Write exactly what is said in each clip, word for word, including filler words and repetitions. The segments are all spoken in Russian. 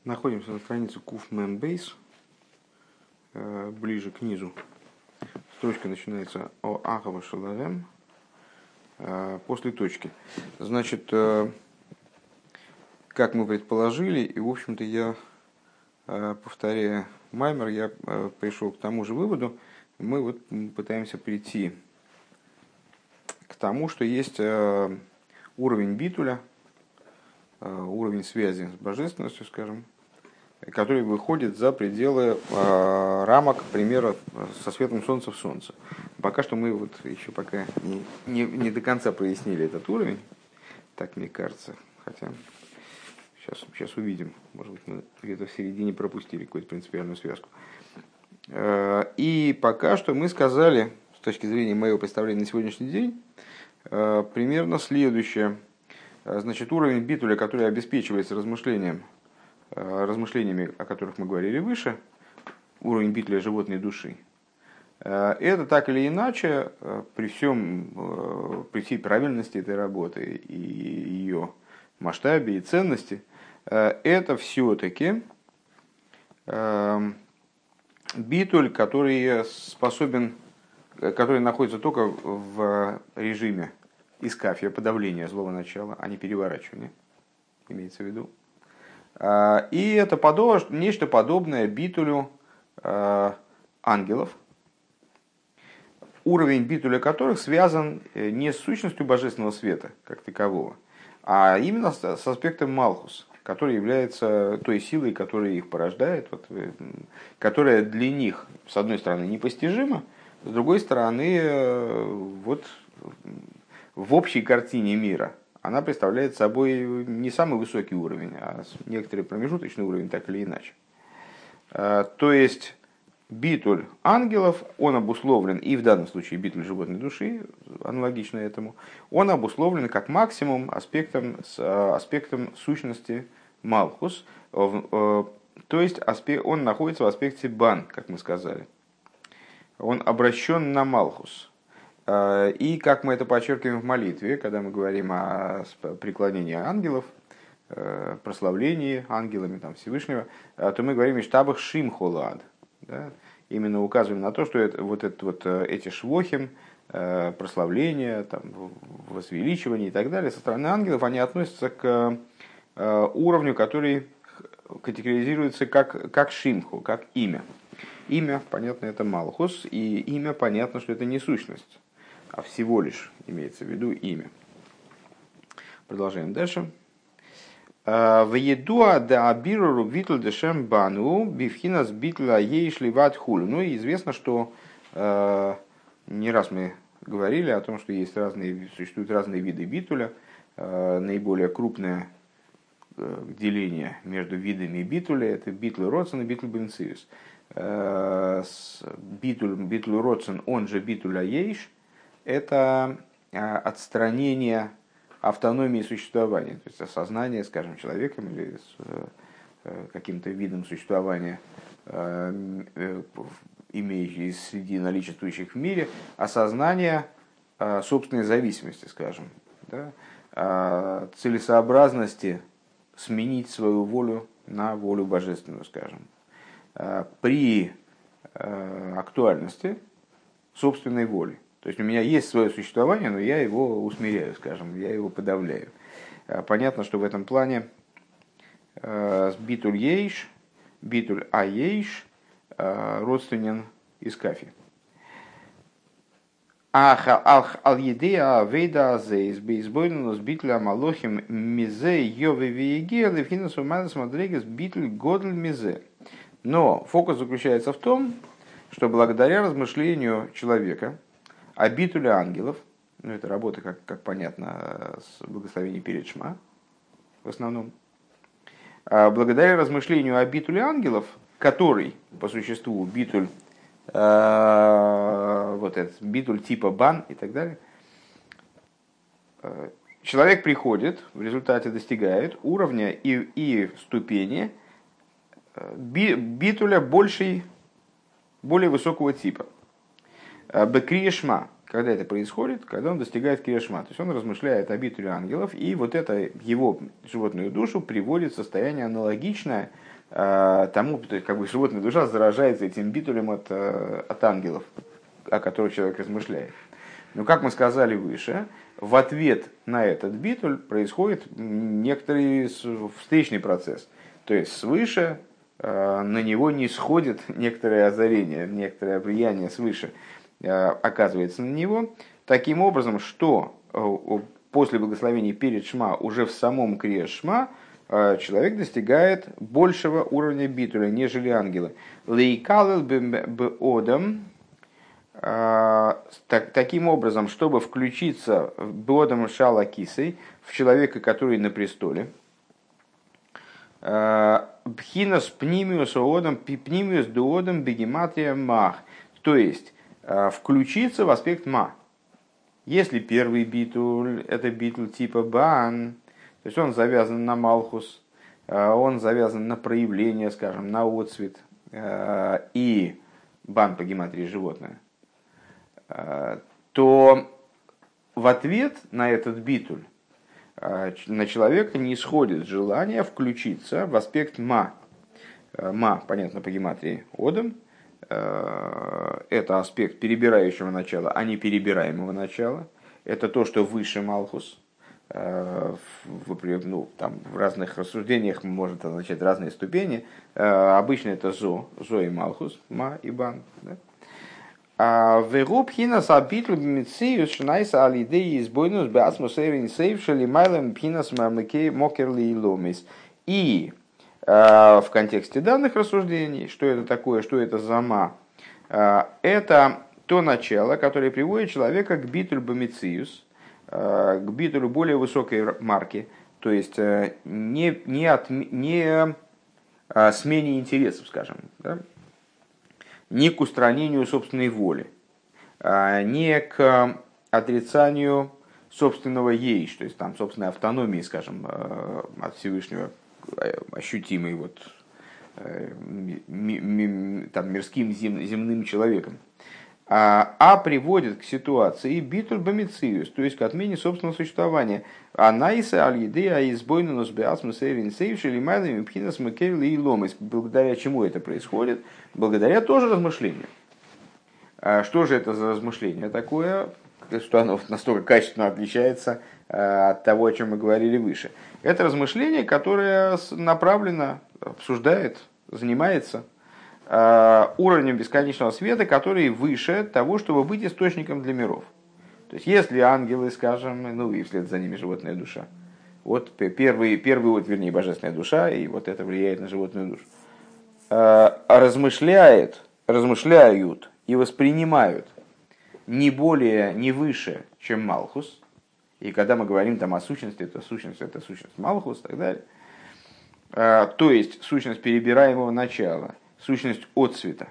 Находимся на странице Куф Мем Бейс, ближе к низу. Строчка начинается о Ахава Шаларем после точки. Значит, как мы предположили, и в общем-то я, повторяя Маймер, я пришел к тому же выводу. Мы вот пытаемся прийти к тому, что есть уровень битуля, уровень связи с божественностью, скажем, который выходит за пределы э, рамок примера со светом солнца в солнце. Пока что мы вот еще пока не, не, не до конца прояснили этот уровень, так мне кажется, хотя сейчас, сейчас увидим, может быть, мы где-то в середине пропустили какую-то принципиальную связку. Э, и пока что мы сказали, с точки зрения моего представления на сегодняшний день, э, примерно следующее. Значит, уровень битуля, который обеспечивается размышлением, размышлениями, о которых мы говорили выше, уровень битуля животной души, это так или иначе, при, всем, при всей правильности этой работы и ее масштабе и ценности, это все-таки битуль, который способен, который находится только в режиме искафия, подавления злого начала, а не переворачивания, имеется в виду. И это подобно, нечто подобное битулю ангелов, уровень битуля которых связан не с сущностью божественного света, как такового, а именно с аспектом Малхус, который является той силой, которая их порождает, вот, которая для них, с одной стороны, непостижима, с другой стороны, вот, в общей картине мира она представляет собой не самый высокий уровень, а некоторый промежуточный уровень, так или иначе. То есть битуль ангелов, он обусловлен, и в данном случае битуль животной души, аналогично этому, он обусловлен как максимум аспектом, аспектом сущности Малхус, то есть он находится в аспекте бан, как мы сказали. Он обращен на Малхус. И как мы это подчеркиваем в молитве, когда мы говорим о преклонении ангелов, прославлении ангелами там, Всевышнего, то мы говорим «Иштабах шим холад». Да? Именно указываем на то, что это, вот, это, вот эти швохим, прославления, там, возвеличивание и так далее, со стороны ангелов, они относятся к уровню, который категоризируется как, как шимху, как имя. Имя, понятно, это Малхус, и имя, понятно, что это не сущность, а всего лишь имеется в виду имя. Продолжаем дальше. В едуа да абиру битл дешем бану бифхинас битла ейшли ватхулю. Ну и известно, что э, не раз мы говорили о том, что есть разные, существуют разные виды битуля. Э, наиболее крупное э, деление между видами битуля — это битл родсен и битл бенциус. Э, битуль, битуль родсен, он же битуля ейш, это отстранение автономии существования, то есть осознание, скажем, человеком или с каким-то видом существования, имеющий среди наличествующих в мире, осознание собственной зависимости, скажем, да, целесообразности сменить свою волю на волю божественную, скажем, при актуальности собственной воли. То есть у меня есть свое существование, но я его усмиряю, скажем, я его подавляю. Понятно, что в этом плане битуль ейш, битуль аейш родственен искафи. Ах ал-едея вейда зейс бейсбойнус битля малохим мизе йове вееге левхинус уманас мадрегес битуль годль мизе. Но фокус заключается в том, что благодаря размышлению человека о битуле ангелов, ну это работа, как, как понятно, с благословением перед Шма, в основном, благодаря размышлению о битуле ангелов, который, по существу, битуль, э, вот этот битуль типа бан и так далее, человек приходит, в результате достигает уровня и, и ступени битуля большей, более высокого типа. Бекрия Шма, когда это происходит, когда он достигает Крия-Шма. То есть он размышляет о битуле ангелов, и вот это его животную душу приводит в состояние аналогичное э, тому, то есть как бы животная душа заражается этим битулем от, э, от ангелов, о которых человек размышляет. Но, как мы сказали выше, в ответ на этот битуль происходит некоторый встречный процесс. То есть свыше э, на него не сходит некоторое озарение, некоторое влияние свыше э, оказывается на него, таким образом, что э, после благословения перед Шма уже в самом Крия Шма э, человек достигает большего уровня битуля, нежели ангелы. Лейкалел беодам. Так, таким образом, чтобы включиться в бодом шала кисой, в человека, который на престоле, бхинас пнимиус оодам пнимиус дуодам бегематрия мах, то есть включиться в аспект ма. Если первый битуль это битуль типа бан, то есть он завязан на малхус, он завязан на проявление, скажем, на отцвет, и бан по гематрии животное, то в ответ на этот битуль на человека не исходит желание включиться в аспект ма. Ма, понятно, по гематрии одам, это аспект перебирающего начала, а не перебираемого начала. Это то, что выше малхус. В, ну, там, в разных рассуждениях может означать разные ступени. Обычно это зо, зо и малхус, ма и бан. Да? Верубхина сабитлу бмициус шнайса алидеи избойнус беасмусерин сейвшели майлем пхинас мокерли и ломис. И в контексте данных рассуждений, что это такое, что это за ма, это то начало, которое приводит человека к битуль бмициус, к битулю более высокой марки, то есть не, не, от, не смене интересов, скажем, да? Не к устранению собственной воли, не к отрицанию собственного ейш, то есть там собственной автономии, скажем, от Всевышнего, ощутимой вот, ми, ми, там, мирским зем, земным человеком, а, а приводит к ситуации битуль бамициус, то есть к отмене собственного существования. Анаиса аль-едея избойнунус беасмус эйрин сейвшили майлами пхинас макерли и ломис. Благодаря чему это происходит? Благодаря тоже размышлению. А что же это за размышление такое, что оно настолько качественно отличается от того, о чем мы говорили выше? Это размышление, которое направлено, обсуждает, занимается уровнем бесконечного света, который выше того, чтобы быть источником для миров. То есть, если ангелы, скажем, ну и вслед за ними животная душа, вот первый, первый вот, вернее, божественная душа, и вот это влияет на животную душу, размышляет, размышляют и воспринимают не более, не выше, чем Малхус, и когда мы говорим там о сущности, то сущность это сущность Малхус и так далее, то есть сущность перебираемого начала, сущность отцвета,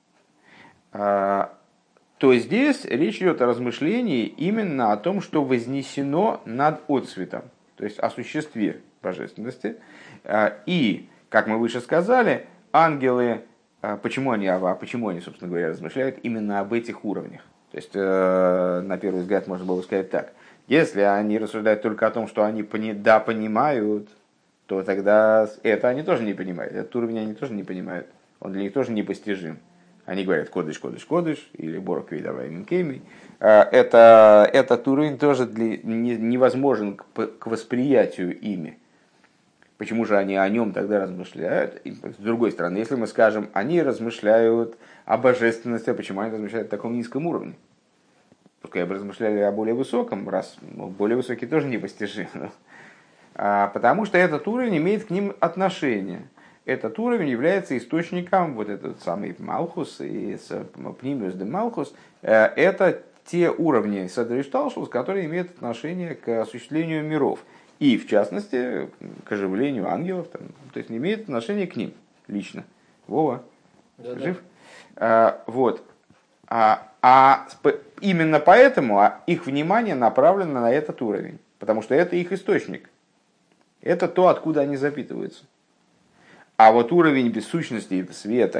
то здесь речь идет о размышлении именно о том, что вознесено над отцветом, то есть о существе божественности. И, как мы выше сказали, ангелы, почему они, а почему они, собственно говоря, размышляют именно об этих уровнях. То есть, на первый взгляд, можно было бы сказать так. Если они рассуждают только о том, что они да, понимают, то тогда это они тоже не понимают. Этот уровень они тоже не понимают. Он для них тоже непостижим. Они говорят кодыш, кодыш, кодыш, или борок видавай минкейми. Это, этот уровень тоже для, не, невозможен к, к восприятию ими. Почему же они о нем тогда размышляют? И, с другой стороны, если мы скажем, они размышляют о божественности, а почему они размышляют о таком низком уровне? Пускай бы размышляли о более высоком, раз ну, более высокий тоже непостижим. А, потому что этот уровень имеет к ним отношение. Этот уровень является источником, вот этот самый Малхус и Пнимиус де Малхус, это те уровни Седришталшус, которые имеют отношение к осуществлению миров. И, в частности, к оживлению ангелов, там, то есть не имеет отношения к ним лично. Вова, да, жив? Да. А, вот. А, а именно поэтому их внимание направлено на этот уровень, потому что это их источник. Это то, откуда они запитываются. А вот уровень бессущности света,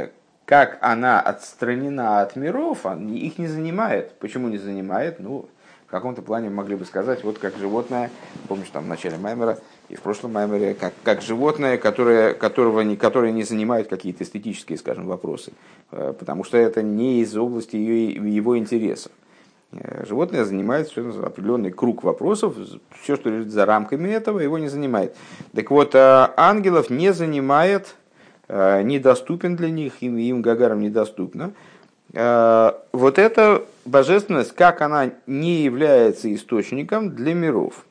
как она отстранена от миров, их не занимает. Почему не занимает? Ну, в каком-то плане могли бы сказать, вот как животное, помнишь, там в начале Маймера и в прошлом Маймере, как, как животное, которое, которого не, которое не занимает какие-то эстетические, скажем, вопросы, потому что это не из области ее, его интереса. Животное занимает определенный круг вопросов, все, что лежит за рамками этого, его не занимает. Так вот, ангелов не занимает, недоступен для них, им, им гагарам недоступно. Вот эта божественность, как она не является источником для миров.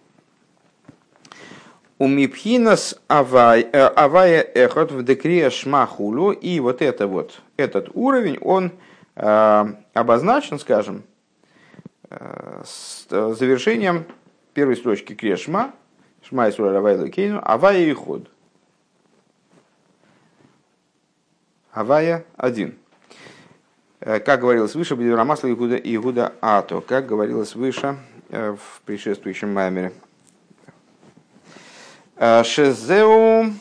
У мипхинас авая эхот в декрия шмахулу, и вот это вот, этот уровень, он обозначен, скажем, с завершением первой строчки крия шма, шма исура равай лукейну, авая и ход. Авая один. Как говорилось выше, Бедерамасла Игуда Игуда Ато, как говорилось выше в предшествующем маймере. Шезеу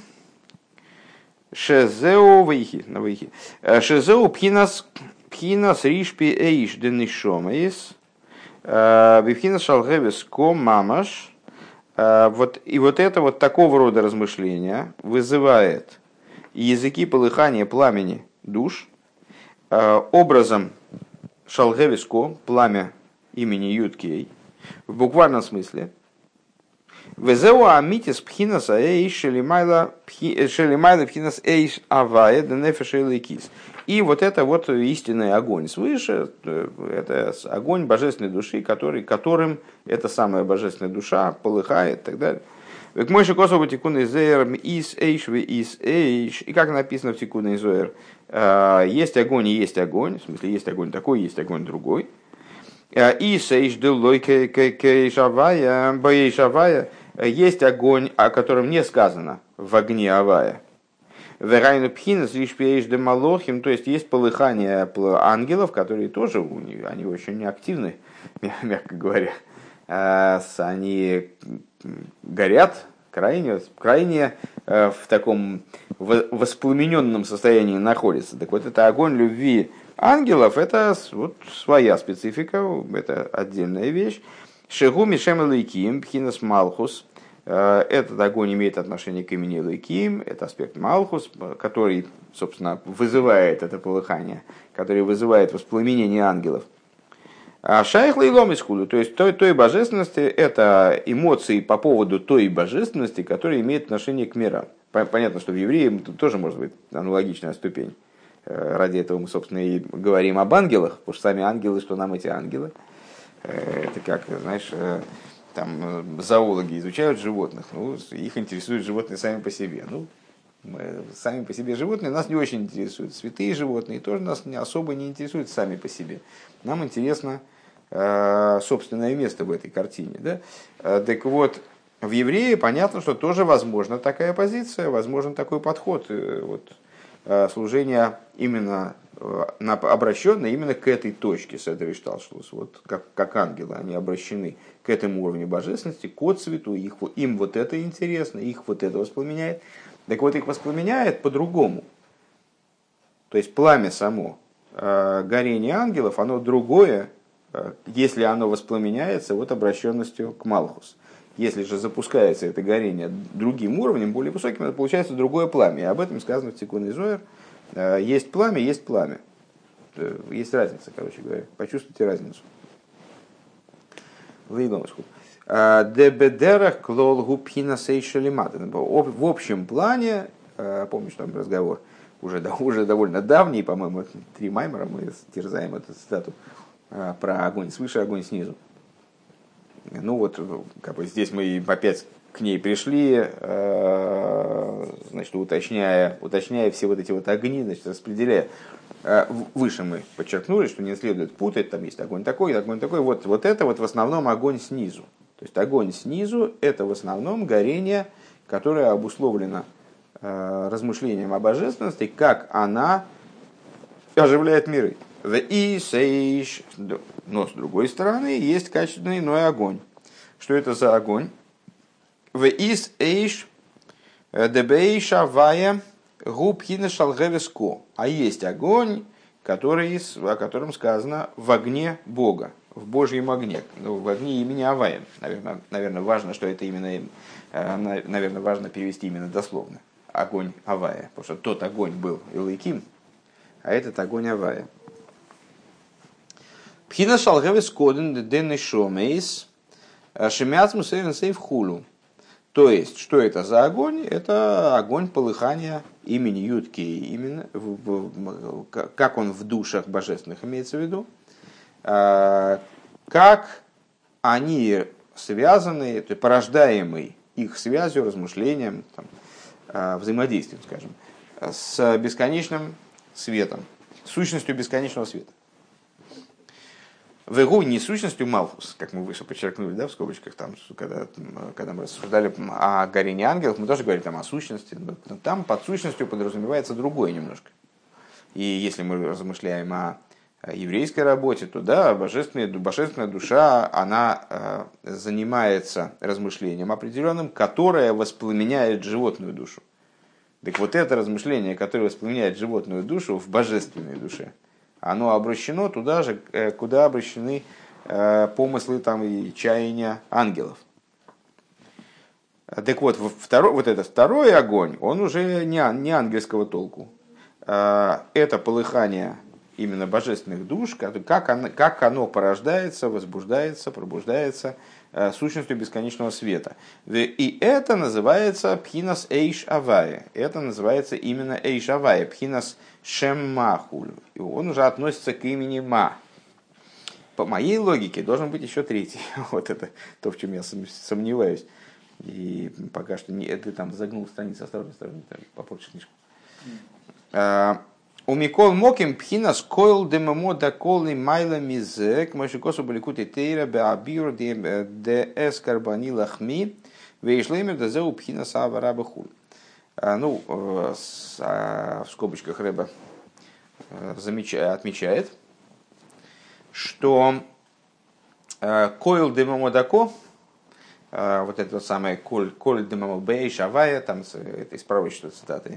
Шезеу Вейхи, на Вейхи. Шезеу Пхинас Пхинас Ришпи Эйш Денишомаис Бифхинас Шалгевис Ко Мамаш. Вот и вот это вот такого рода размышления вызывает языки полыхания пламени душ образом Шалгевиско, пламя имени Юткей, в буквальном смысле. Везеу амитис пхинас эйш шелимайла пхинас эйш авая денефеш элейкис. И вот это вот истинный огонь свыше, это огонь божественной души, который, которым эта самая божественная душа полыхает и так далее. И как написано в Тикуне Зоэр, есть огонь и есть огонь, в смысле есть огонь такой, есть огонь другой. И есть огонь, о котором не сказано в огне Авая. То есть есть полыхание ангелов, которые тоже, они очень активны, мягко говоря. Они горят крайне, крайне в таком воспламененном состоянии находятся. Так вот, это огонь любви ангелов, это вот своя специфика, это отдельная вещь. Шегу мишем элейким, пхинас малхус. Этот огонь имеет отношение к имени Элейким, это аспект Малхус, который, собственно, вызывает это полыхание, который вызывает воспламенение ангелов. А шайх лейлом исхуду, то есть той, той божественности, это эмоции по поводу той божественности, которая имеет отношение к мирам. Понятно, что в евреям тут тоже может быть аналогичная ступень. Ради этого мы, собственно, и говорим об ангелах, потому что сами ангелы, что нам эти ангелы. Это как, знаешь, там зоологи изучают животных, ну, их интересуют животные сами по себе. Ну, мы, сами по себе животные нас не очень интересуют. Святые животные тоже нас не, особо не интересуют сами по себе. Нам интересно э, собственное место в этой картине. Да? Э, так вот, в евреи понятно, что тоже возможна такая позиция, возможен такой подход. Э, вот, э, служение именно э, обращенное именно к этой точке, Седер Ишталшелус. Вот как, как ангелы, они обращены к этому уровню божественности, к отцвету, их, им вот это интересно, их вот это воспламеняет. Так вот, их воспламеняет по-другому. То есть пламя само, э, горение ангелов, оно другое, э, если оно воспламеняется вот обращенностью к Малхус. Если же запускается это горение другим уровнем, более высоким, это получается другое пламя. И об этом сказано в Тикуне Зоэр. Э, есть пламя, есть пламя. Э, есть разница, короче говоря. Почувствуйте разницу. Дебедерах клол губхина сейшалимата. В общем плане, помнишь там разговор, уже, уже довольно давний, по-моему, три маймера, мы терзаем эту цитату про огонь свыше, огонь снизу. Ну вот, как бы здесь мы опять к ней пришли, значит, уточняя, уточняя все вот эти вот огни, значит, распределяя. Выше мы подчеркнули, что не следует путать, там есть огонь такой, огонь такой. Вот, вот это вот в основном огонь снизу. То есть огонь снизу – это в основном горение, которое обусловлено э, размышлением о божественности, как она оживляет миры. Но с другой стороны есть качественный иной огонь. Что это за огонь? В ис эйш дебейш авая губ хинешалгевеско. А есть огонь, который, о котором сказано в огне Бога, в Божьем огне, ну, в огне имени Авая. Наверное, наверное, важно, что это именно, наверное, важно перевести именно дословно. Огонь Авая, потому что тот огонь был Элоким, а этот огонь Авая. Пхина шалгевес коден ден шомейс шемяцму севен сейв хулу. То есть, что это за огонь? Это огонь полыхания имени Ютки, именно как он в душах божественных имеется в виду, как они связаны, то есть порождаемый их связью, размышлением, там, взаимодействием, скажем, с бесконечным светом, сущностью бесконечного света. В Игу не сущностью Малхус, как мы выше подчеркнули, да, в скобочках, там, когда, когда мы рассуждали о горении ангелов, мы тоже говорили там о сущности, но там под сущностью подразумевается другое немножко. И если мы размышляем о еврейской работе, то да, божественная, божественная душа, она занимается размышлением определенным, которое воспламеняет животную душу. Так вот это размышление, которое воспламеняет животную душу в божественной душе, оно обращено туда же, куда обращены помыслы там, и чаяния ангелов. Так вот, второй, вот этот второй огонь, он уже не, не ангельского толку. Это полыхание именно божественных душ, как оно, как оно порождается, возбуждается, пробуждается сущностью бесконечного света. И это называется пхинас эйш авая. Это называется именно эйш авая, пхинас шем махуль. И он уже относится к имени Ма. По моей логике должен быть еще третий. Вот это то, в чем я сомневаюсь. И пока что не, ты там загнул страницу, осторожно, осторожно, попортишь книжку. У Микол Моким пхинас койл демамо да колы майла мизек машикосу баликути тейра беабир де эскарбани лахми вейшлемер да зеу пхинас авараба хуль. Ну, в скобочках Рэба отмечает, что койл демамо дако, вот это вот самое коль демамо бейш авая, там это из пророчества цитаты,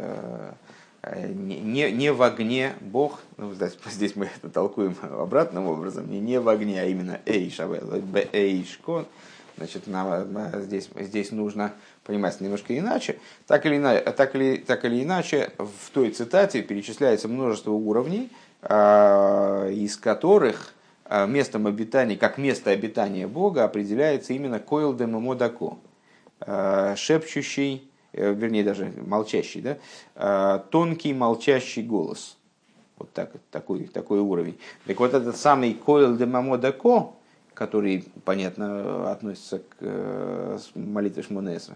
Не, не в огне Бог, ну, здесь, здесь мы это толкуем обратным образом, не, не в огне, а именно эйш, эйш кон. Значит, нам, здесь, здесь нужно понимать немножко иначе. Так или, так, или, так или иначе, в той цитате перечисляется множество уровней, из которых местом обитания, как место обитания Бога определяется именно койл де мамодако, шепчущий, вернее даже молчащий, да, тонкий молчащий голос. Вот так, такой, такой уровень. Так вот этот самый койл де мамодако, который, понятно, относится к молитве Шмона Эсра,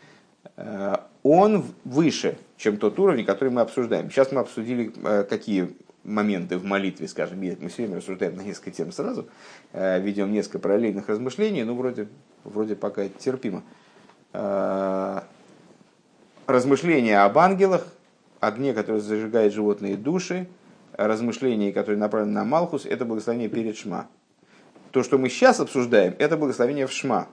он выше, чем тот уровень, который мы обсуждаем. Сейчас мы обсудили, какие моменты в молитве, скажем, мы все время рассуждаем на несколько тем сразу, ведем несколько параллельных размышлений, ну, вроде, вроде пока это терпимо. Размышления об ангелах, огне, который зажигает животные души, размышления, которые направлены на Малхус, это благословение перед Шма. То, что мы сейчас обсуждаем, это благословение в Шма.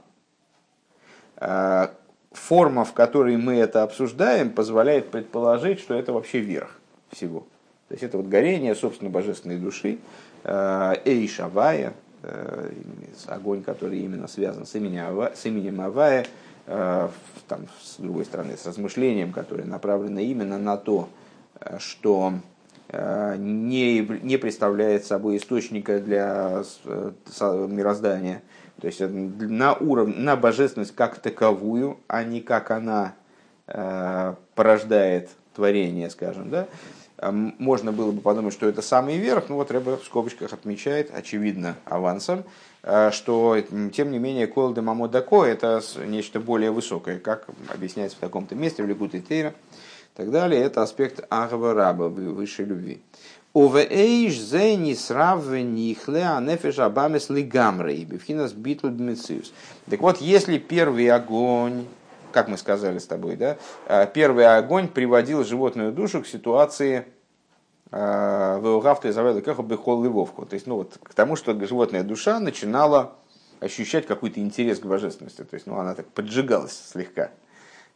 Форма, в которой мы это обсуждаем, позволяет предположить, что это вообще верх всего. То есть это вот горение, собственно, божественной души, Эйш Авая, огонь, который именно связан с именем, с именем Авая, там, с другой стороны, с размышлением, которое направлено именно на то, что не, не представляет собой источника для мироздания. То есть на, уровне, на божественность как таковую, а не как она порождает творение, скажем, да? Можно было бы подумать, что это самый верх, но вот Рэбе в скобочках отмечает, очевидно, авансом, что, тем не менее, койл де мамодако – это нечто более высокое, как объясняется в таком-то месте, в Ликутей Тейра, и так далее. Это аспект агава раба, высшей любви. Овеэйш зе нисрав нихле анефеш абамес лигамрей бифхинас битл бмециус. Так вот, если первый огонь, как мы сказали с тобой, да, первый огонь приводил животную душу к ситуации веугавта изавайла кэхо бехол ливовку, то есть, ну, вот, к тому, что животная душа начинала ощущать какой-то интерес к божественности, то есть, ну, она так поджигалась слегка.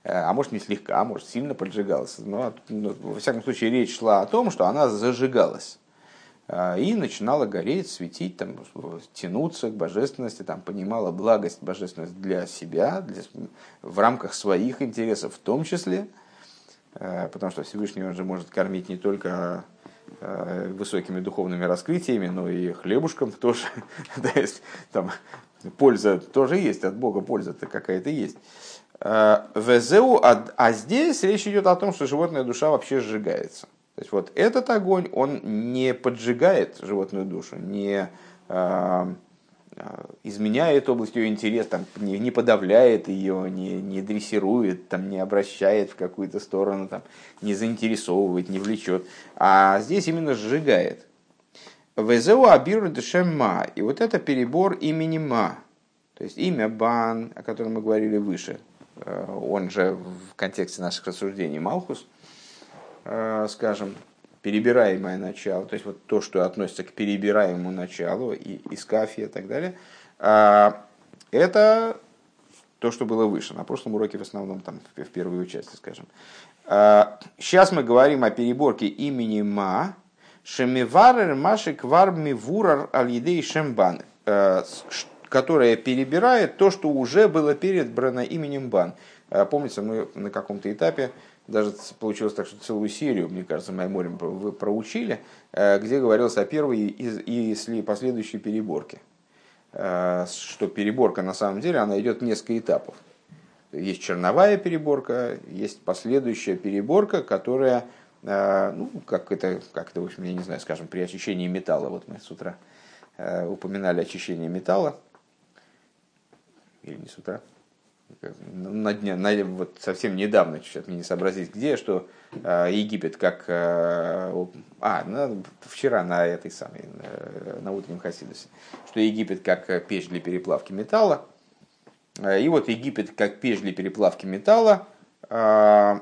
А может, не слегка, а может, сильно поджигалась. Но, ну, во всяком случае, речь шла о том, что она зажигалась. И начинала гореть, светить, там, тянуться к божественности, там, понимала благость, божественность для себя, для, в рамках своих интересов в том числе, потому что Всевышний он же может кормить не только высокими духовными раскрытиями, но и хлебушком тоже. То есть, там, польза тоже есть, от Бога польза-то какая-то есть. ВЗУ, а здесь речь идет о том, что животная душа вообще сжигается. То есть вот этот огонь, он не поджигает животную душу, не э, изменяет область ее интереса, там, не, не подавляет ее, не, не дрессирует, там, не обращает в какую-то сторону, там, не заинтересовывает, не влечет. А здесь именно сжигает. Везеу абиру дешем ма. И вот это перебор имени ма. То есть имя Бан, о котором мы говорили выше, он же в контексте наших рассуждений Малхус, скажем, перебираемое начало, то есть вот то, что относится к перебираемому началу, и искафия и так далее, это то, что было выше. На прошлом уроке в основном, там, в первой части, скажем. Сейчас мы говорим о переборке имени Ма, Шемиварер Машик Варми Вурар Алидей Шембан, которая перебирает то, что уже было перебрано именем Бан. Помните, мы на каком-то этапе, даже получилось так, что целую серию, мне кажется, Майморим вы проучили, где говорилось о первой и последующей переборке. Что переборка на самом деле, она идет в несколько этапов. Есть черновая переборка, есть последующая переборка, которая, ну, как это, как это, в общем, я не знаю, скажем, при очищении металла, вот мы с утра упоминали очищение металла, или не с утра, на дне, на, вот совсем недавно, сейчас мне не сообразить где, что э, Египет как... Э, а, ну, вчера на этой самой, э, на утреннем Хасидусе, что Египет как печь для переплавки металла. И вот Египет как печь для переплавки металла. Э,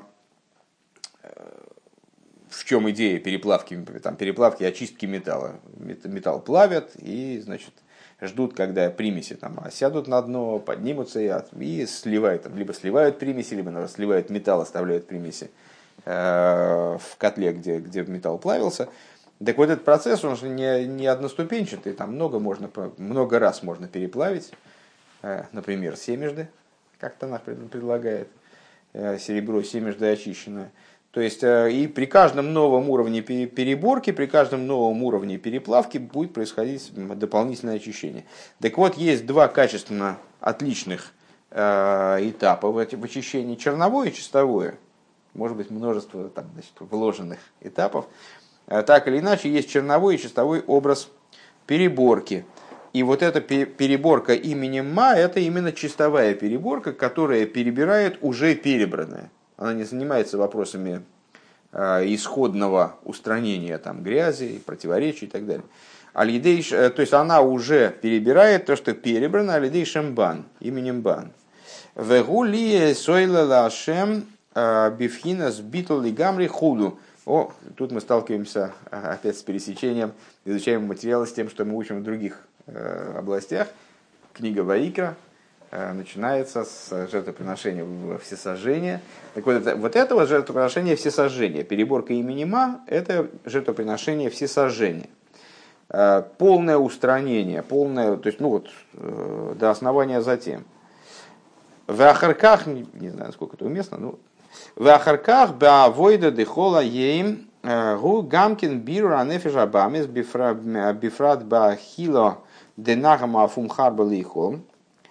в чем идея переплавки, там, переплавки, очистки металла? Металл плавят и, значит, ждут, когда примеси там осядут на дно, поднимутся и, от, и сливают, там, либо сливают примеси, либо наверное, сливают металл, оставляют примеси э, в котле, где, где металл плавился. Так вот этот процесс, он же не, не одноступенчатый, там много, можно, много раз можно переплавить. Э, например, семежды, как Танах предлагает, э, серебро семежды очищенное. То есть и при каждом новом уровне переборки, при каждом новом уровне переплавки будет происходить дополнительное очищение. Так вот, есть два качественно отличных этапа в очищении: черновое и чистовое. Может быть, множество там, значит, вложенных этапов. Так или иначе, есть черновой и чистовой образ переборки. И вот эта переборка именем Ма, это именно чистовая переборка, которая перебирает уже перебранное. Она не занимается вопросами э, исходного устранения там, грязи, противоречий и так далее. Алидей, э, то есть она уже перебирает то, что перебрано, алидей шембан, именем Бан. Вегули сойла лашем бифхина сбитл лигамри худу. О, тут мы сталкиваемся опять с пересечением изучаемого материала с тем, что мы учим в других э, областях. Книга Ваикра начинается с жертвоприношения всесожжения. Так вот, это, вот этого жертвоприношения всесожжения, переборка имени Ма, это жертвоприношение всесожжения. Полное устранение, полное, то есть, ну вот, до основания затем. В Ахарках, не знаю, сколько это уместно, но в Ахарках баавойда дехола ейм гу гамкин биру анефиш абамис бифрат баахило денахама афумхар балихом.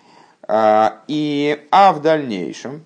И, а в дальнейшем,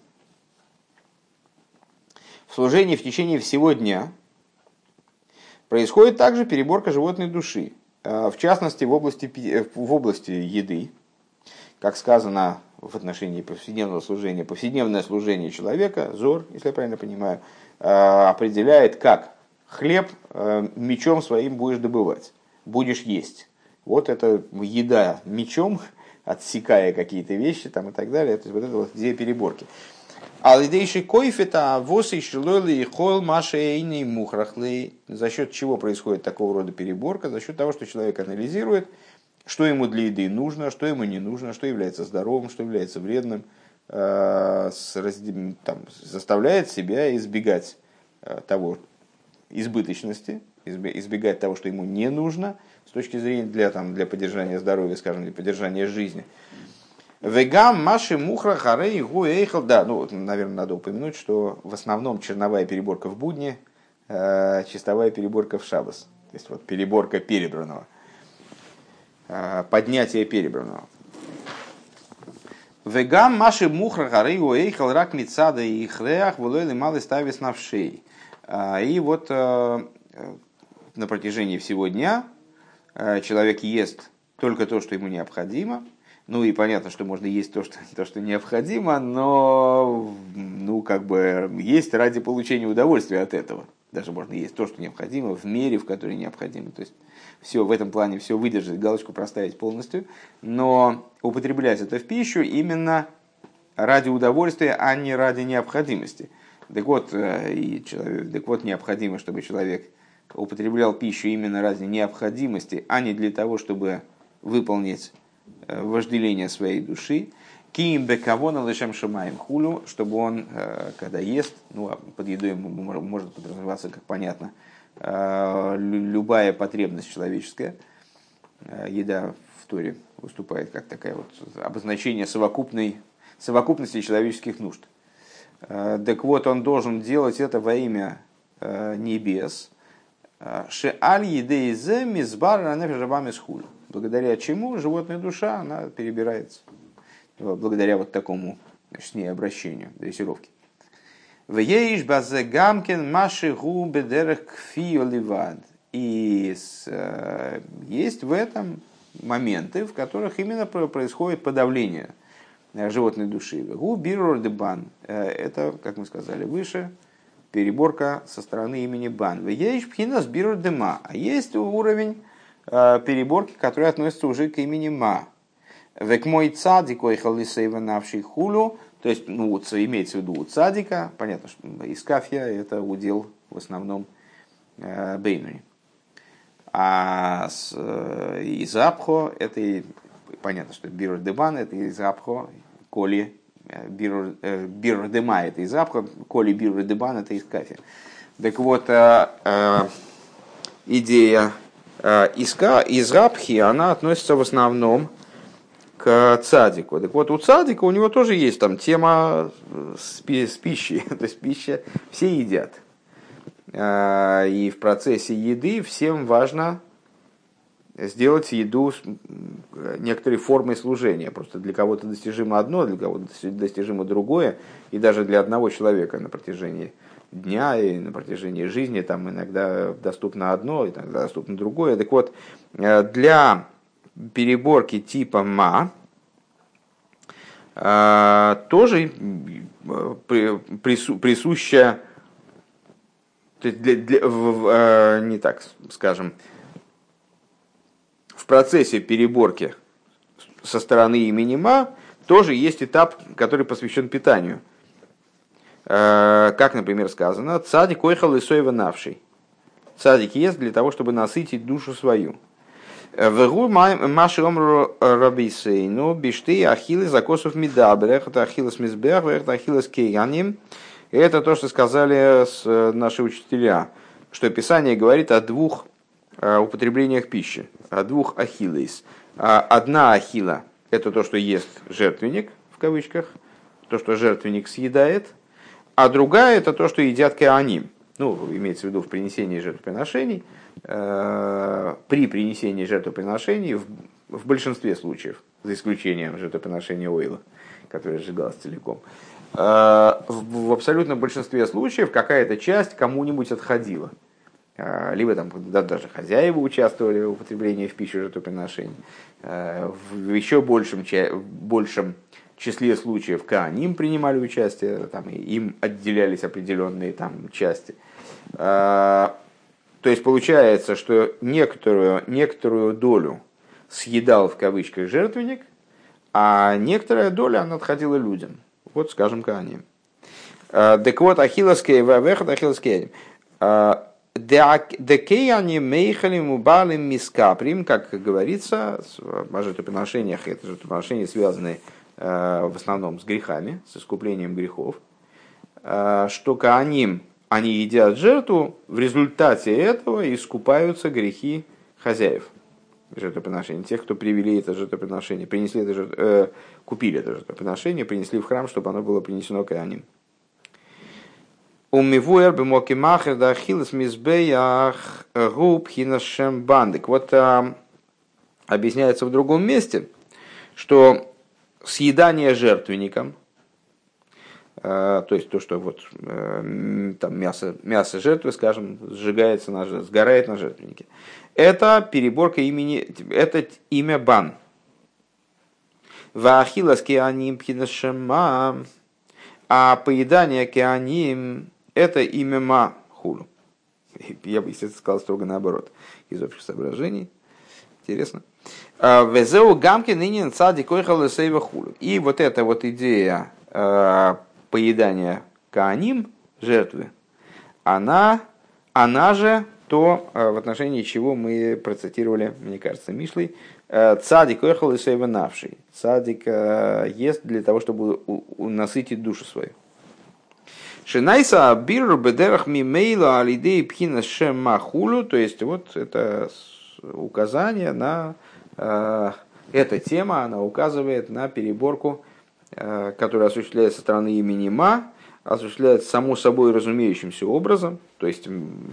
в служении в течение всего дня, происходит также переборка животной души, в частности в области, в области еды, как сказано в отношении повседневного служения. Повседневное служение человека, Зор, если я правильно понимаю, определяет, как хлеб мечом своим будешь добывать, будешь есть. Вот это еда мечом, отсекая какие-то вещи там, и так далее. То есть вот это вот идея переборки. Алидейши койфета восы шилойли и хойл машейный мухрахлей. За счет чего происходит такого рода переборка? За счет того, что человек анализирует, что ему для еды нужно, что ему не нужно, что является здоровым, что является вредным, э, с, там, заставляет себя избегать э, того избыточности, избегать того, что ему не нужно с точки зрения для, там, для поддержания здоровья, скажем, для поддержания жизни. Вегам маши мухра харей гу эйхал. Да, ну, наверное, надо упомянуть, что в основном черновая переборка в будни, э, чистовая переборка в шаббос. То есть вот переборка перебранного, э, поднятие перебранного. Вегам маши мухра харей гу эйхал рак мицада и хреах вулойли малый ставис навшей. И вот э, на протяжении всего дня э, человек ест только то, что ему необходимо. Ну и понятно, что можно есть то, что, то, что необходимо, но ну, как бы есть ради получения удовольствия от этого. Даже можно есть то, что необходимо, в мере, в которой необходимо. То есть все в этом плане, все выдержать, галочку проставить полностью, но употреблять это в пищу именно ради удовольствия, а не ради необходимости. Так вот, и человек, так вот, необходимо, чтобы человек употреблял пищу именно ради необходимости, а не для того, чтобы выполнить вожделение своей души, киим бекавона лешем шамаем хулю, чтобы он, когда ест, ну, под едой может подразумеваться, как понятно, любая потребность человеческая, еда в Торе выступает как такая вот обозначение совокупной, совокупности человеческих нужд. Так вот, он должен делать это во имя небес, шеаль едейзе мизбар ранефежабами схулю, благодаря чему животная душа она перебирается, благодаря вот такому, значит, с ней обращению, дрессировке. Вееш базе гамкин маши гу бедерах кфио ливад. И есть в этом моменты, в которых именно происходит подавление животной души. Гу бирур де бан. Это, как мы сказали выше, переборка со стороны имени бан. Вееш пхинас бирур де ма. А есть уровень переборки, которые относятся уже к имени ма. Век мой цадик ойхал лисейва навший хулю. То есть, ну, вот, имеется в виду у цадика. Понятно, что искафья это удел в основном э, бейнуни. А с, э, изапхо это понятно, что бирур дебан это изапхо, коли бирур э, дема это изапхо, коли бирур дебан это искафья. Так вот, э, э, идея э, иска, изапхи, она относится в основном к цадику. Так вот, у цадика у него тоже есть там тема с, с пищей. То есть пища все едят. И в процессе еды всем важно сделать еду некоторой формой служения. Просто для кого-то достижимо одно, для кого-то достижимо другое. И даже для одного человека на протяжении дня и на протяжении жизни там иногда доступно одно, иногда доступно другое. Так вот, для переборки типа ма тоже присуща, для, для, в, не так скажем, в процессе переборки со стороны имени ма тоже есть этап, который посвящен питанию. Как, например, сказано, цадик ойхал исоева навший. Цадик ест для того, чтобы насытить душу свою. Вегу маши омру рабисейну бишты ахиллес закосов мидабр. Это ахиллес мизбех, это ахиллес кейаним. Это то, что сказали наши учителя, что Писание говорит о двух употреблениях пищи, о двух ахиллес. Одна ахилла – это то, что ест жертвенник, в кавычках, то, что жертвенник съедает, а другая – это то, что едят кеаним. Ну, имеется в виду в принесении жертвоприношений, э, при принесении жертвоприношений в, в большинстве случаев, за исключением жертвоприношения ойла, которое сжигалось целиком, э, в, в абсолютном большинстве случаев какая-то часть кому-нибудь отходила. Э, либо там да, даже хозяева участвовали в употреблении в пищу жертвоприношений. Э, в еще большем, большем числе случаев кааним принимали участие, там, и им отделялись определенные там, части. То есть получается, что некоторую, некоторую долю съедал в кавычках жертвенник, а некоторая доля она отходила людям. Вот, скажем, кааним. Так вот, ахиллескей вавехат ахиллескей. Декеяни мейхалим убалим мискаприм, как говорится, о жертвоприношениях, это жертвоприношения, связанные в основном с грехами, с искуплением грехов, что кааним, они едят жертву, в результате этого искупаются грехи хозяев жертвоприношения, тех, кто привели это жертвоприношение, принесли это жертв... э, купили это жертвоприношение, принесли в храм, чтобы оно было принесено кааним. Умивуэр бемокимахер дахилс мизбеях губ хинашем бандик. Вот а, объясняется в другом месте, что съедание жертвенником, а, то есть то, что вот а, там мясо, мясо жертвы, скажем, сжигается на, сгорает на жертвеннике, это переборка имени, это имя бан. Ваахилас кеаним хинашема, а поедание кеаним это имя ма хулу. Я бы, естественно, сказал строго наоборот, из общих соображений. Интересно. Везеу гамки ныне цади койхал сейва хулу. И вот эта вот идея э, поедания кааним, жертвы, она, она же то, э, в отношении чего мы процитировали, мне кажется, Мишлей, э, цади койхал сейва навший. Цадик э, ест для того, чтобы у, у, насытить душу свою. Шинайса биру бедерах мимейла алидей пхина шемахулу, то есть вот это указание на э, эта тема, она указывает на переборку, э, которая осуществляется со стороны имени Ма, осуществляется само собой разумеющимся образом, то есть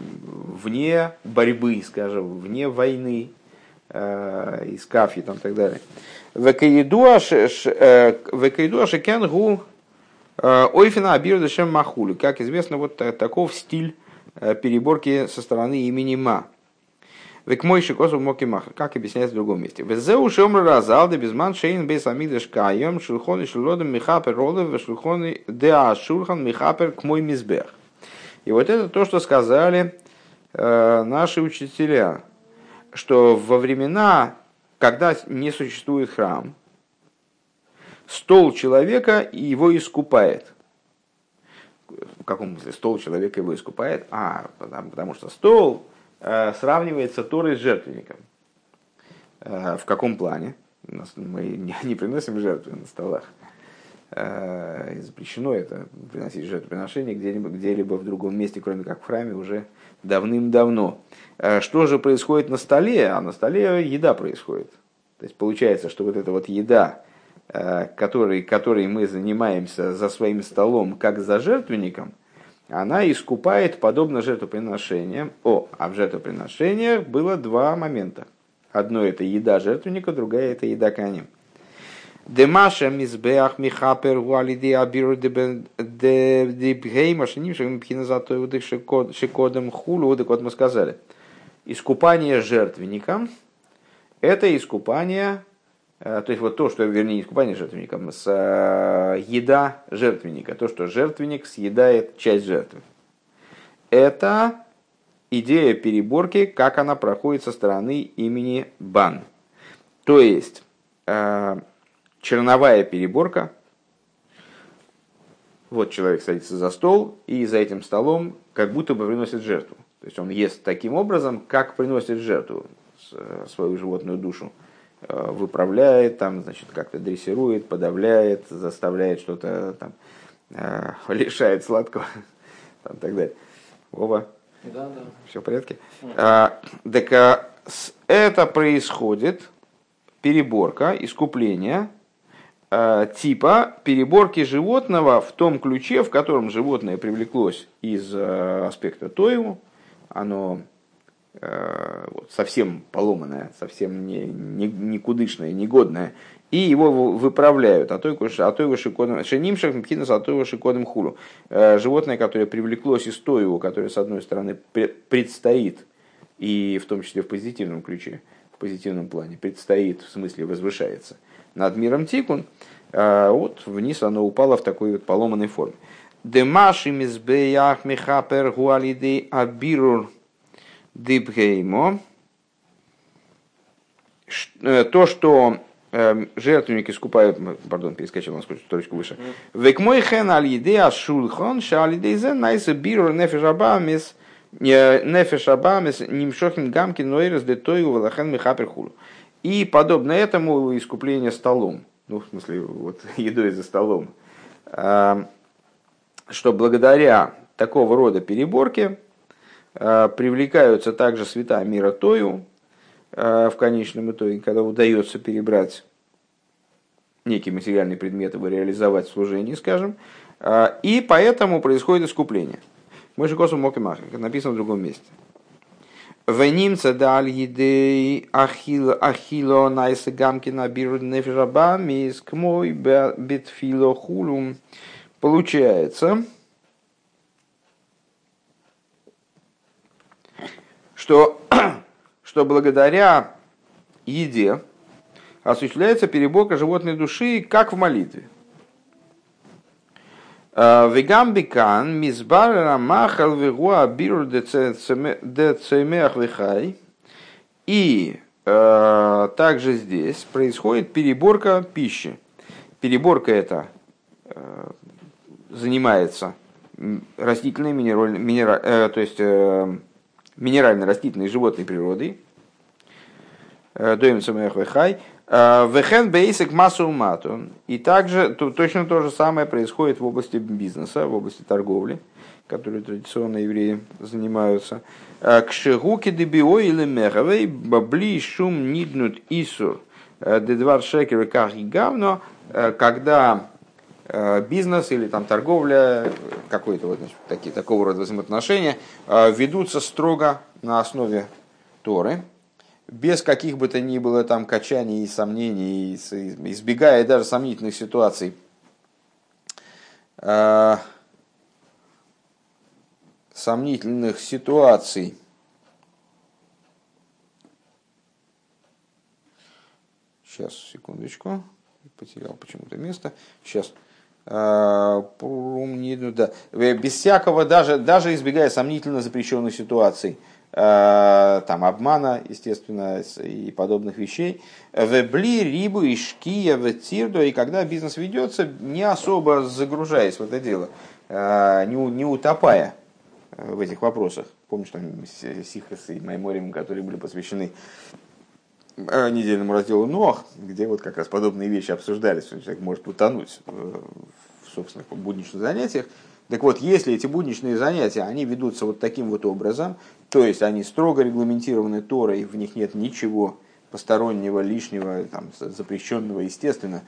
вне борьбы, скажем, вне войны, э, из кафи там и так далее. Векаидуа шекен гу ойфина абир дешем махули. Как известно, вот таков стиль переборки со стороны имени Ма. Век мой шикосов моки маха, как объясняется в другом месте. Везеу шомр разалда безман шейн бейс амигдаш каем шулхоны шулодом михапер ролев шулхоны деа шулхан михапер к мой мизбех. И вот это то, что сказали э, наши учителя, что во времена, когда не существует храм, стол человека его искупает. В каком смысле стол человека его искупает? А, потому, потому что стол э, сравнивается Торой с жертвенником. Э, в каком плане? Мы не, не приносим жертвы на столах. Э, запрещено это приносить жертвоприношение где-либо, где-либо в другом месте, кроме как в храме, уже давным-давно. Э, что же происходит на столе? А на столе еда происходит. То есть получается, что вот эта вот еда, Которой, которой мы занимаемся за своим столом, как за жертвенником, она искупает подобно жертвоприношениям. О, а в жертвоприношениях было два момента. Одно это еда жертвенника, другая это еда коаним. Демаша мизбеах михапер гуалиди абиру дебгей машиним пхиназатой удых шикодом хулу. Так вот мы сказали, искупание жертвенником это искупание. То есть вот то, что, вернее, искупание жертвенником, с э, еда жертвенника, то, что жертвенник съедает часть жертвы. Это идея переборки, как она проходит со стороны имени Бан. То есть э, черновая переборка. Вот человек садится за стол и за этим столом как будто бы приносит жертву. То есть он ест таким образом, как приносит жертву, свою животную душу. Выправляет, там, значит, как-то дрессирует, подавляет, заставляет что-то там, э, лишает сладкого, там, и так далее. Вова, да, да. Все в порядке? А, так а, это происходит переборка, искупление а, типа переборки животного в том ключе, в котором животное привлеклось из а, аспекта тоеву, оно вот, совсем поломанное, совсем не, не, никудышное, негодное, и его выправляют, а то его шикодом, шенимших мкинус, а то его шикодом хулу. Животное, которое привлеклось из тоеву, которое, с одной стороны, предстоит, и в том числе в позитивном ключе, в позитивном плане, предстоит, в смысле возвышается над миром тикун, вот вниз оно упало в такой вот поломанной форме. Демаши мизбеях михапер гуалиды абирур дибгеймо. То, что э, жертвенник искупают, пардон, перескочил на строчку выше. Векмой хен алиде ашулхон шалиде зен найса биру нефешабамис нефешабамис нимшохим гамки нойрес де тойу валахан михапер хулу. И подобно этому искупление столом. ну, в смысле, вот, едой за столом, что благодаря такого рода переборке привлекаются также света мира Тою в конечном итоге, когда удается перебрать некий материальный предмет, его реализовать в служении, скажем, и поэтому происходит искупление. Мы же косом мокимах, как написано в другом месте. Венимца даль едей ахило найса гамкина биру нефираба миск мой битфило хулум. Получается, что, что благодаря еде осуществляется переборка животной души, как в молитве. Вегамбикан мизбар рамахал вегуа биру децемех вехай. И э, также здесь происходит переборка пищи. Переборка эта э, занимается растительной, минеральной, минера, э, то есть э, минерально-растительной животной природой. Доим цемех вехай. Вехен бейсик массу матун. И также то, точно то же самое происходит в области бизнеса, в области торговли, которой традиционно евреи занимаются. К шегуке дебио или мехавей бабли шум ниднут исур дедвар шекер как и гавно, когда бизнес или там торговля, какой-то вот, значит, такие, такого рода взаимоотношения ведутся строго на основе Торы, без каких бы то ни было там качаний и сомнений, избегая даже сомнительных ситуаций. Э, сомнительных ситуаций. Сейчас, секундочку. Потерял почему-то место. Сейчас. Э, да. Без всякого, даже, даже избегая сомнительно запрещенных ситуаций. Там обмана, естественно, и подобных вещей. Вебли, рибу, и шкия, ветирдо. И когда бизнес ведется, не особо загружаясь в это дело, не, не утопая в этих вопросах. Помнишь, там Сихас и Майморим, которые были посвящены недельному разделу Ноах, где вот как раз подобные вещи обсуждались, что человек может утонуть в собственных будничных занятиях. Так вот, если эти будничные занятия, они ведутся вот таким вот образом, то есть они строго регламентированы Торой, в них нет ничего постороннего, лишнего, там, запрещенного, естественно,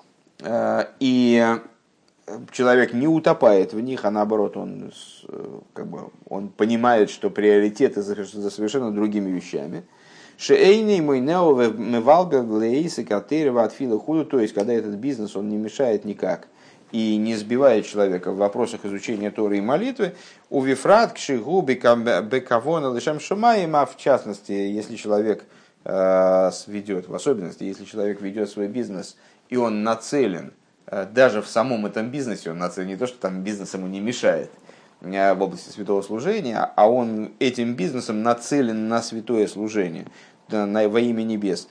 и человек не утопает в них, а наоборот, он, как бы, он понимает, что приоритеты за совершенно другими вещами. Шейный мой нео мевалга глейсы катерева от фила худу, то есть когда этот бизнес он не мешает никак и не сбивает человека в вопросах изучения Торы и молитвы, у вифрат к шигу бекавона лишам шумаем, а в частности, если человек э, ведет, в особенности, если человек ведет свой бизнес и он нацелен, э, даже в самом этом бизнесе он нацелен, не то, что там бизнес ему не мешает э, в области святого служения, а он этим бизнесом нацелен на святое служение, на, во имя небес.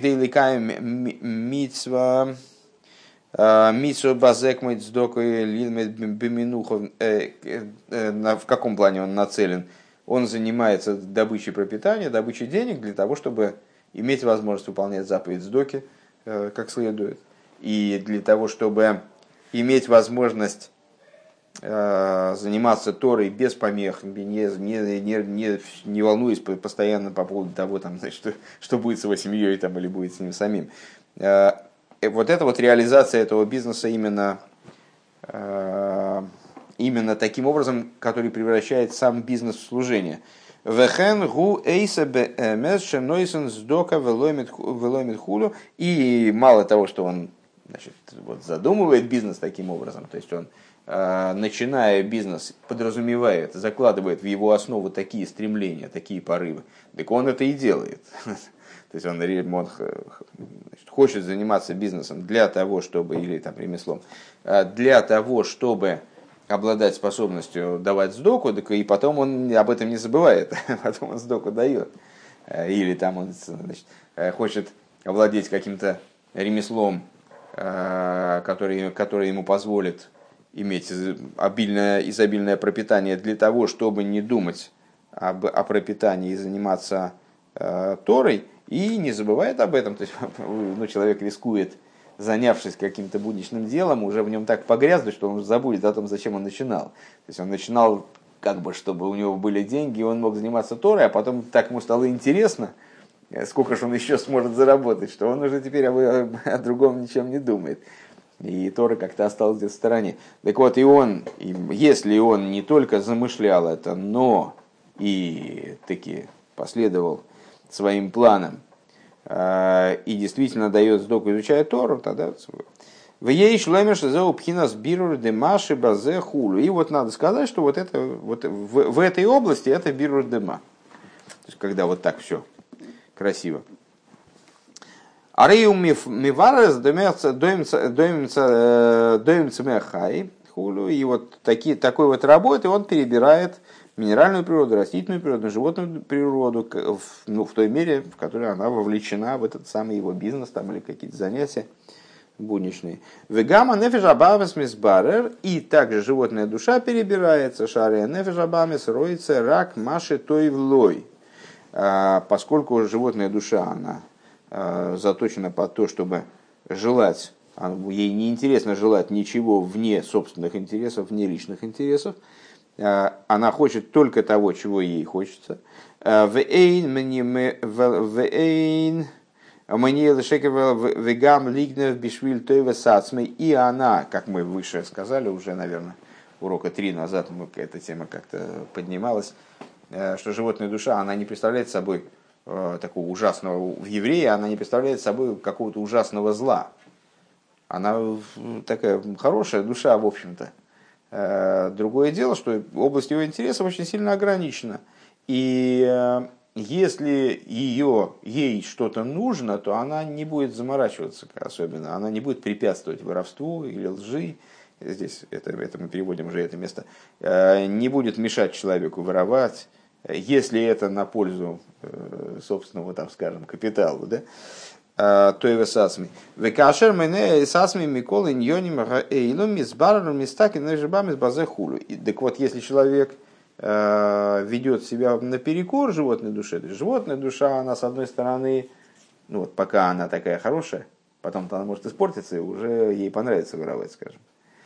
Митцва Митсу базек митсдоку лилмет биминухов. В каком плане он нацелен? Он занимается добычей пропитания, добычей денег для того, чтобы иметь возможность выполнять заповедь сдоки как следует. И для того, чтобы иметь возможность заниматься Торой без помех, не, не, не, не, не волнуясь постоянно по поводу того, там, значит, что, что будет с его семьей там, или будет с ним самим. Вот эта вот реализация этого бизнеса именно, именно таким образом, который превращает сам бизнес в служение. И мало того, что он, значит, вот задумывает бизнес таким образом, то есть он, начиная бизнес, подразумевает, закладывает в его основу такие стремления, такие порывы, так он это и делает. То есть он, он значит, хочет заниматься бизнесом для того, чтобы, или там ремеслом, для того, чтобы обладать способностью давать сдоку, так и потом он об этом не забывает, потом он сдоку дает. Или там он, значит, хочет овладеть каким-то ремеслом, который, который ему позволит иметь обильное, изобильное пропитание для того, чтобы не думать об, о пропитании и заниматься э, Торой, и не забывает об этом. То есть, ну, человек рискует занявшись каким-то будничным делом, уже в нем так погрязнуть, что он забудет о том, зачем он начинал. То есть он начинал, как бы, чтобы у него были деньги, и он мог заниматься Торой, а потом так ему стало интересно, сколько же он еще сможет заработать, что он уже теперь о, о другом ничем не думает. И Тора как-то осталась где-то в стороне. Так вот, и он, если он не только замышлял это, но и таки последовал своим планам, и действительно дает сдоку, изучая Тору, тогда в ей шлемеш зеу пхинас бирур демаши базе хулу. И вот надо сказать, что вот это вот в, в этой области это бирур дема. То есть когда вот так все красиво. Арею миварес доимца мехай хулу. И вот такие, такой вот работы он перебирает минеральную природу, растительную природу, животную природу, в, ну, в той мере, в которой она вовлечена в этот самый его бизнес там, или какие-то занятия будничные. Вегама нефеш абамес мисбарер, и также животная душа перебирается, шария нефеш абамес роится рак маши той влой. Поскольку животная душа, она заточена под то, чтобы желать, ей не интересно желать ничего вне собственных интересов, вне личных интересов, она хочет только того, чего ей хочется. И она, как мы выше сказали, уже, наверное, урока три назад эта тема как-то поднималась, что животная душа, она не представляет собой такого ужасного в еврея, она не представляет собой какого-то ужасного зла. Она такая хорошая душа, в общем-то. Другое дело, что область его интересов очень сильно ограничена. И если ее, ей что-то нужно, то она не будет заморачиваться особенно. Она не будет препятствовать воровству или лжи. Здесь это, это мы переводим уже это место. Не будет мешать человеку воровать, если это на пользу собственного, там, скажем, капиталу, да? То его сасми. Векашер мене сасми микол иньоним эйлу мисбару мистаки нежибами с базе хулу. Так вот, если человек ведет себя наперекор животной душе, то есть животная душа, она с одной стороны, ну вот пока она такая хорошая, потом-то она может испортиться, и уже ей понравится воровать, скажем.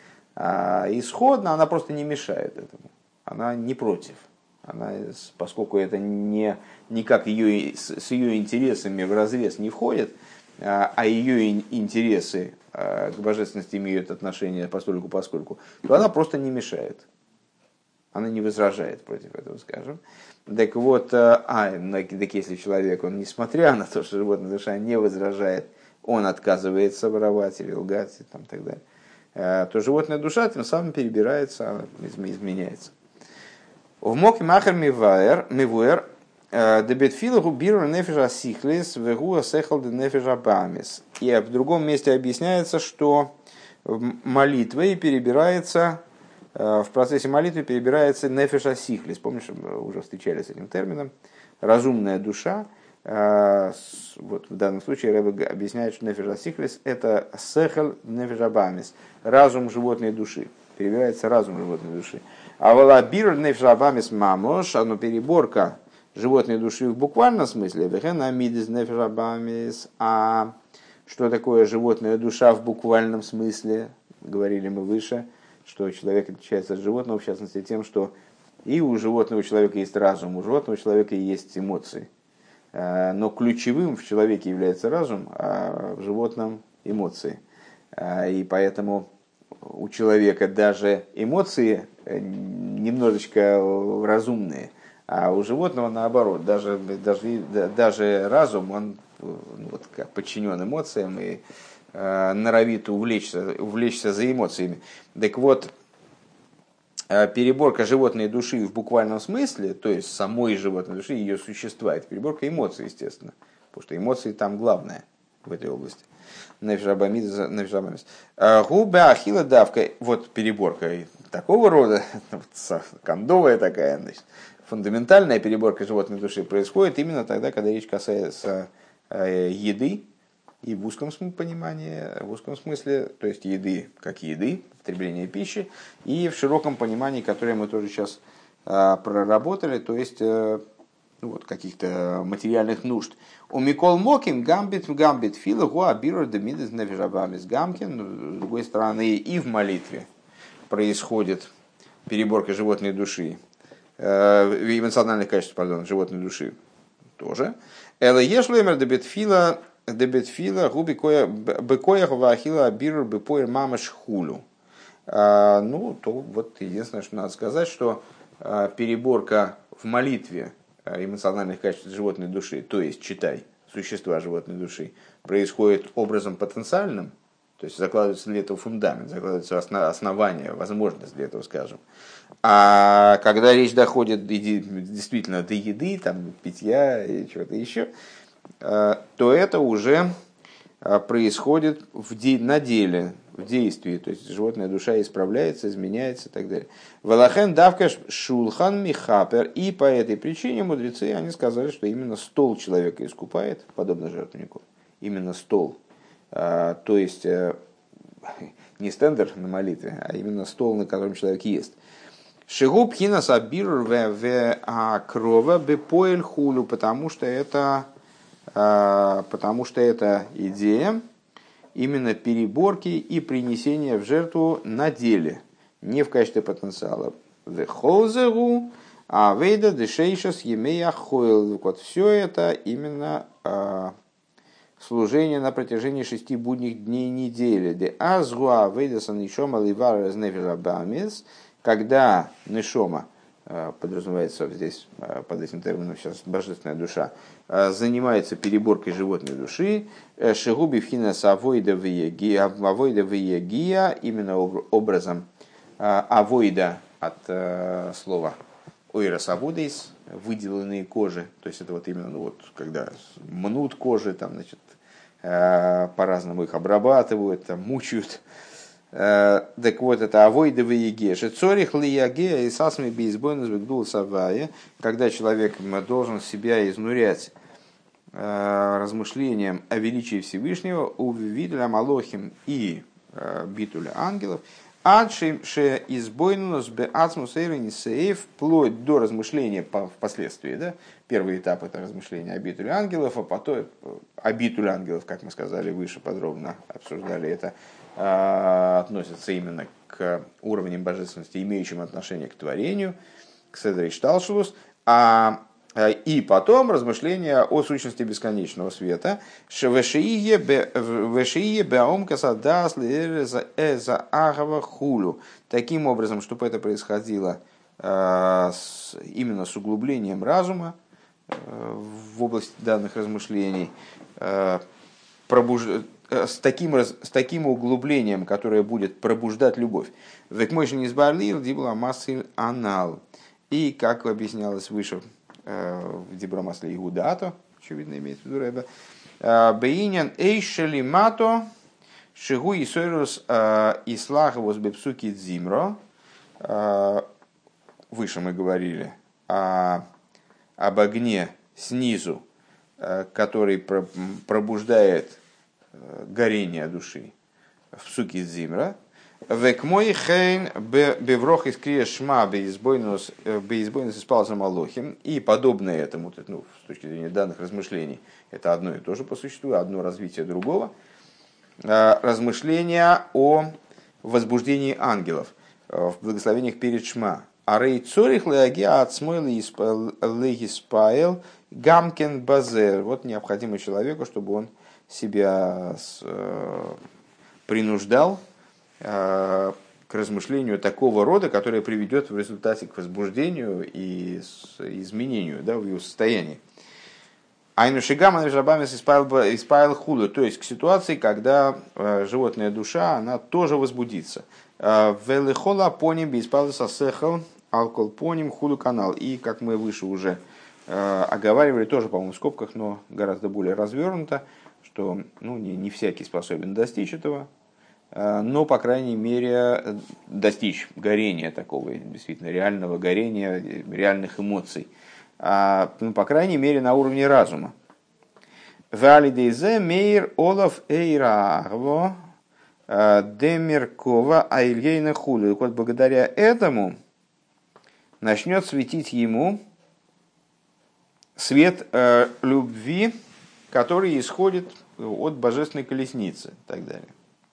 А исходно она просто не мешает этому, она не против. Она, поскольку это не, никак ее, с ее интересами вразрез не входит, а ее интересы к божественности имеют отношение постольку поскольку, то она просто не мешает. Она не возражает против этого, скажем. Так вот, а, так если человек, он несмотря на то, что животная душа не возражает, он отказывается воровать или лгать и там, так далее, то животная душа тем самым перебирается, изменяется. В моке махер мивуэр дебетфил губиру нефежа сихлис вегуа сехал де нефежа бамис. И в другом месте объясняется, что молитвой перебирается, в процессе молитвы перебирается нефежа сихлис. Помнишь, мы уже встречались с этим термином. Разумная душа. Вот в данном случае Ребе объясняет, что нефежа сихлис это сехал нефежа бамис. Разум животной души. Перебирается разум животной души. А валабир нефжабамис мамош, оно переборка животной души в буквальном смысле. А что такое животная душа в буквальном смысле? Говорили мы выше, что человек отличается от животного, в частности, тем, что и у животного человека есть разум, у животного человека есть эмоции. Но ключевым в человеке является разум, а в животном эмоции. И поэтому у человека даже эмоции немножечко разумные, а у животного наоборот, даже, даже, даже разум, он вот, как подчинен эмоциям и э, норовит увлечься, увлечься за эмоциями. Так вот, переборка животной души в буквальном смысле, то есть самой животной души, ее существа, это переборка эмоций, естественно, потому что эмоции там главное в этой области. Губа ахила давка, вот переборка такого рода, кондовая такая, значит, фундаментальная переборка животной души происходит именно тогда, когда речь касается еды, и в узком понимании, в узком смысле, то есть еды как еды, потребление пищи, и в широком понимании, которое мы тоже сейчас проработали, то есть ну, вот, каких-то материальных нужд. У Микол Моким гамбит гамбит фила гуа биру демидес нефишабамис гамкин. С другой стороны, и в молитве происходит переборка животной души, э, эмоциональных качеств, пардон, животной души тоже. Эла ешлемер дебетфила дебетфила губи коя бекоях вахила биру бепоер мамаш хулю. Ну, то вот единственное, что надо сказать, что переборка в молитве эмоциональных качеств животной души, то есть читай, существа животной души, происходит образом потенциальным, то есть закладывается для этого фундамент, закладывается основание, возможность для этого, скажем. А когда речь доходит действительно до еды, там, питья и чего-то еще, то это уже происходит в де- на деле, в действии, то есть животная душа исправляется, изменяется и так далее. Валахен давкаш шулхан михапер, и по этой причине мудрецы они сказали, что именно стол человека искупает, подобно жертвеннику, именно стол, а, то есть не стендер на молитве, а именно стол, на котором человек ест. Шигуб хинас абир в акрова бепоэль хулю, потому что это потому что это идея именно переборки и принесения в жертву на деле, не в качестве потенциала. Вехолзеру, а вейда дешейшас емея хойл. Вот все это именно а, служение на протяжении шести будних дней недели. Де азгуа вейдаса нишома ливара знефирабамис, когда нишома, подразумевается здесь под этим термином сейчас божественная душа, занимается переборкой животной души, шигуби вхинас авойда виегия, именно образом авойда от слова ойрос аводейс, выделанные кожи, то есть это вот именно, ну вот, когда мнут кожи, там, значит, по-разному их обрабатывают, там, мучают. Так вот, это авойдовые еге. Шецорих ли яге и сасми бейсбойнус бигдул савая, когда человек должен себя изнурять размышлением о величии Всевышнего, у видуля малохим и битуля ангелов, адшим ше избойнус бе ацмус эйренисеев, вплоть до размышления впоследствии, да? Первый этап это размышления о битуле ангелов, а потом о битуле ангелов, как мы сказали выше, подробно обсуждали это, относятся именно к уровням божественности, имеющим отношение к творению, к седрей шталшулус, а и потом размышления о сущности бесконечного света. Вешиие беаомка садас за агава хулю. Таким образом, чтобы это происходило именно с углублением разума в области данных размышлений, пробуж... с, таким, с таким углублением, которое будет пробуждать любовь. Анал. И, как объяснялось выше в Дибромасле Игудато, очевидно имеется в виду Рэбе, Бейнян эйшели мато шигу и сойрус ислаговос бепсуки дзимро. Выше мы говорили о, об огне снизу, который пробуждает горение души в псуке дзимра. Век мой хейн беврох из крия шма беизбойнус испал за малохим. И подобное этому, ну, с точки зрения данных размышлений, это одно и то же по существу, одно развитие другого. Размышления о возбуждении ангелов в благословениях перед шма. А рей цорих леагия от смойли легиспаэл гамкен базер. Вот необходимо человеку, чтобы он себя принуждал к размышлению такого рода, которое приведет в результате к возбуждению и изменению, да, в его состоянии. Айнушигама жабамис испайл худу, то есть к ситуации, когда животная душа, она тоже возбудится. Велихола поним бейспалса сехал алкол поним худу канал. И как мы выше уже оговаривали, тоже, по-моему, в скобках, но гораздо более развернуто, что ну, не, не всякий способен достичь этого, но, по крайней мере, достичь горения такого, действительно, реального горения, реальных эмоций, а, ну, по крайней мере, на уровне разума. Валидейзе мейр олаф эйрагво демеркова айльейна хули. Вот благодаря этому начнет светить ему свет э, любви, который исходит от божественной колесницы и так далее.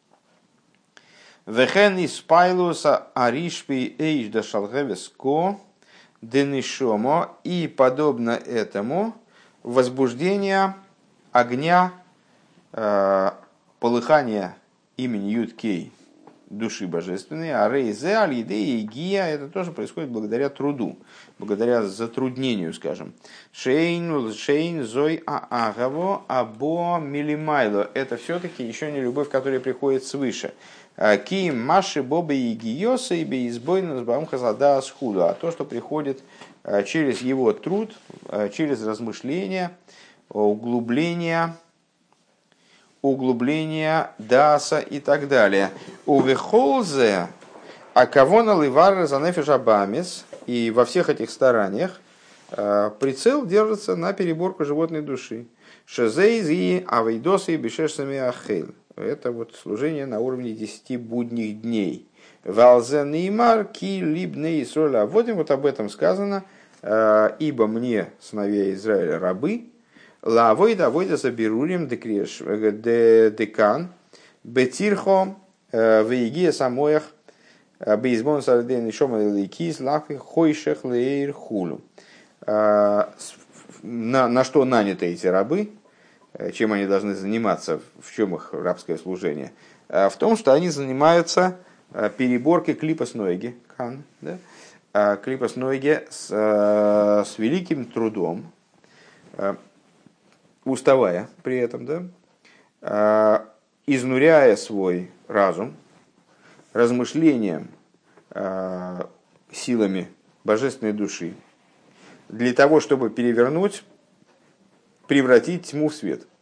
Вехен из пайлуса аришпи эйш да шалгевеско денишомо, и подобно этому возбуждение огня, э, полыхания имени Юд-Кей, души божественной, а рейзе аль-идея и гия, это тоже происходит благодаря труду, благодаря затруднению, скажем. Шейн, шейн, зой, аагаво, або, милимайло. Это все-таки еще не любовь, которая приходит свыше. Ки маши бобы и гиоса и бейсбойна с баум хазада схуду. А то, что приходит через его труд, через размышления, углубление, углубление даса и так далее. У вехолзе, а кого наливар за нефишабамис, и во всех этих стараниях прицел держится на переборку животной души. Шезейзи авейдосы и бешешсами ахейл. Это вот служение на уровне десяти будних дней. Валзе неймар ки либне Исроля. Вот вот об этом сказано. Ибо мне, сыновья Израиля, рабы, лавойда войда заберурим декреш декан бетирхо вейгия самоях бейзбон сарден шома лейкис лахи хойшех лейр хулу. На, на что наняты эти рабы? Чем они должны заниматься, в чем их рабское служение? В том, что они занимаются переборкой клипас ноги, да? клипас ноги с, с великим трудом, уставая при этом, да? Изнуряя свой разум, размышлением силами божественной души, для того, чтобы перевернуть, превратить тьму в свет.